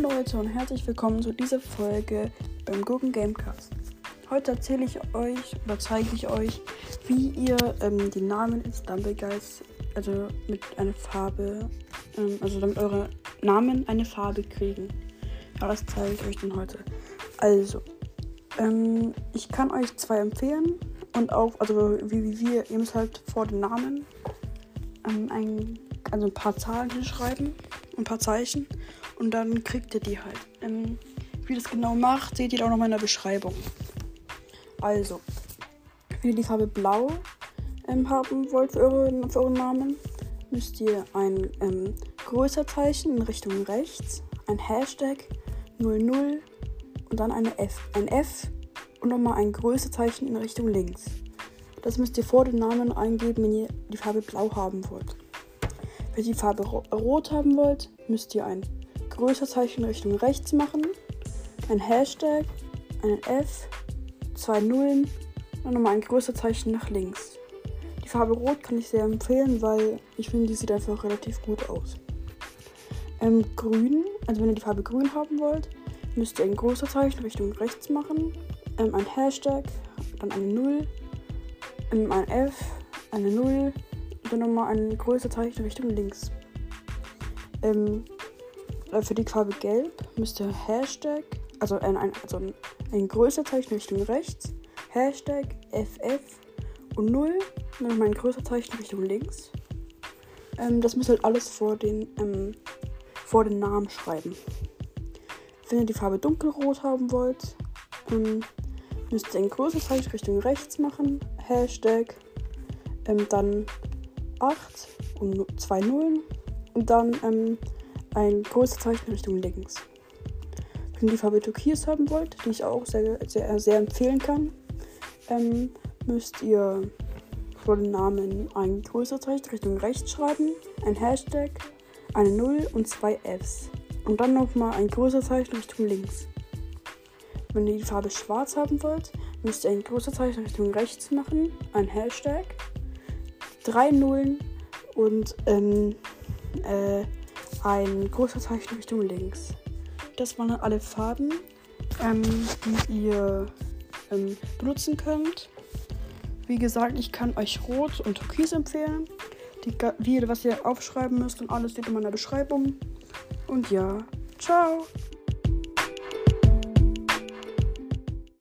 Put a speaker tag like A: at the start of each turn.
A: Leute und herzlich willkommen zu dieser Folge beim Gurken Gamecast. Heute erzähle ich euch oder zeige ich euch, wie ihr die Namen in Stumbleguys, also mit einer Farbe, damit eure Namen eine Farbe kriegen. Ja, das zeige ich euch dann heute. Also, ich kann euch zwei empfehlen und auch, also ihr müsst halt vor den Namen ein paar Zahlen hinschreiben, ein paar Zeichen und dann kriegt ihr die halt. Wie das genau macht, seht ihr auch noch mal in der Beschreibung. Also, wenn ihr die Farbe Blau haben wollt für euren Namen, müsst ihr ein Größerzeichen in Richtung rechts, ein Hashtag 00 und dann ein F und nochmal ein Größerzeichen in Richtung links. Das müsst ihr vor den Namen eingeben, wenn ihr die Farbe Blau haben wollt. Wenn ihr die Farbe Rot haben wollt, müsst ihr ein Größerzeichen in Richtung rechts machen, ein Hashtag, ein F, 2 Nullen und nochmal ein Größerzeichen nach links. Die Farbe Rot kann ich sehr empfehlen, weil ich finde, die sieht einfach relativ gut aus. Grün, also wenn ihr die Farbe Grün haben wollt, müsst ihr ein Größerzeichen Richtung rechts machen, ein Hashtag, dann eine 0, ein F, eine 0 und dann nochmal ein Größerzeichen Richtung links. Für die Farbe Gelb müsst ihr Hashtag, ein Größerzeichen Richtung rechts, Hashtag, FF und 0 und dann nochmal ein Größerzeichen Richtung links. Das müsst ihr halt alles vor den Namen schreiben. Wenn ihr die Farbe Dunkelrot haben wollt, müsst ihr ein Größerzeichen Richtung rechts machen, Hashtag, dann 8 und 2 Nullen und dann ein Größerzeichen Richtung links. Wenn ihr die Farbe Türkis haben wollt, die ich auch sehr, sehr, sehr empfehlen kann, müsst ihr vor den Namen ein Größerzeichen Richtung rechts schreiben, ein Hashtag, eine 0 und 2 Fs. Und dann nochmal ein Größerzeichen Richtung links. Wenn ihr die Farbe Schwarz haben wollt, müsst ihr ein Größerzeichen Richtung rechts machen, ein Hashtag, 3 Nullen und ein Größerzeichen Richtung links. Das waren alle Farben, die ihr benutzen könnt. Wie gesagt, ich kann euch Rot und Türkis empfehlen. Was ihr aufschreiben müsst und alles steht in meiner Beschreibung. Und ja, ciao!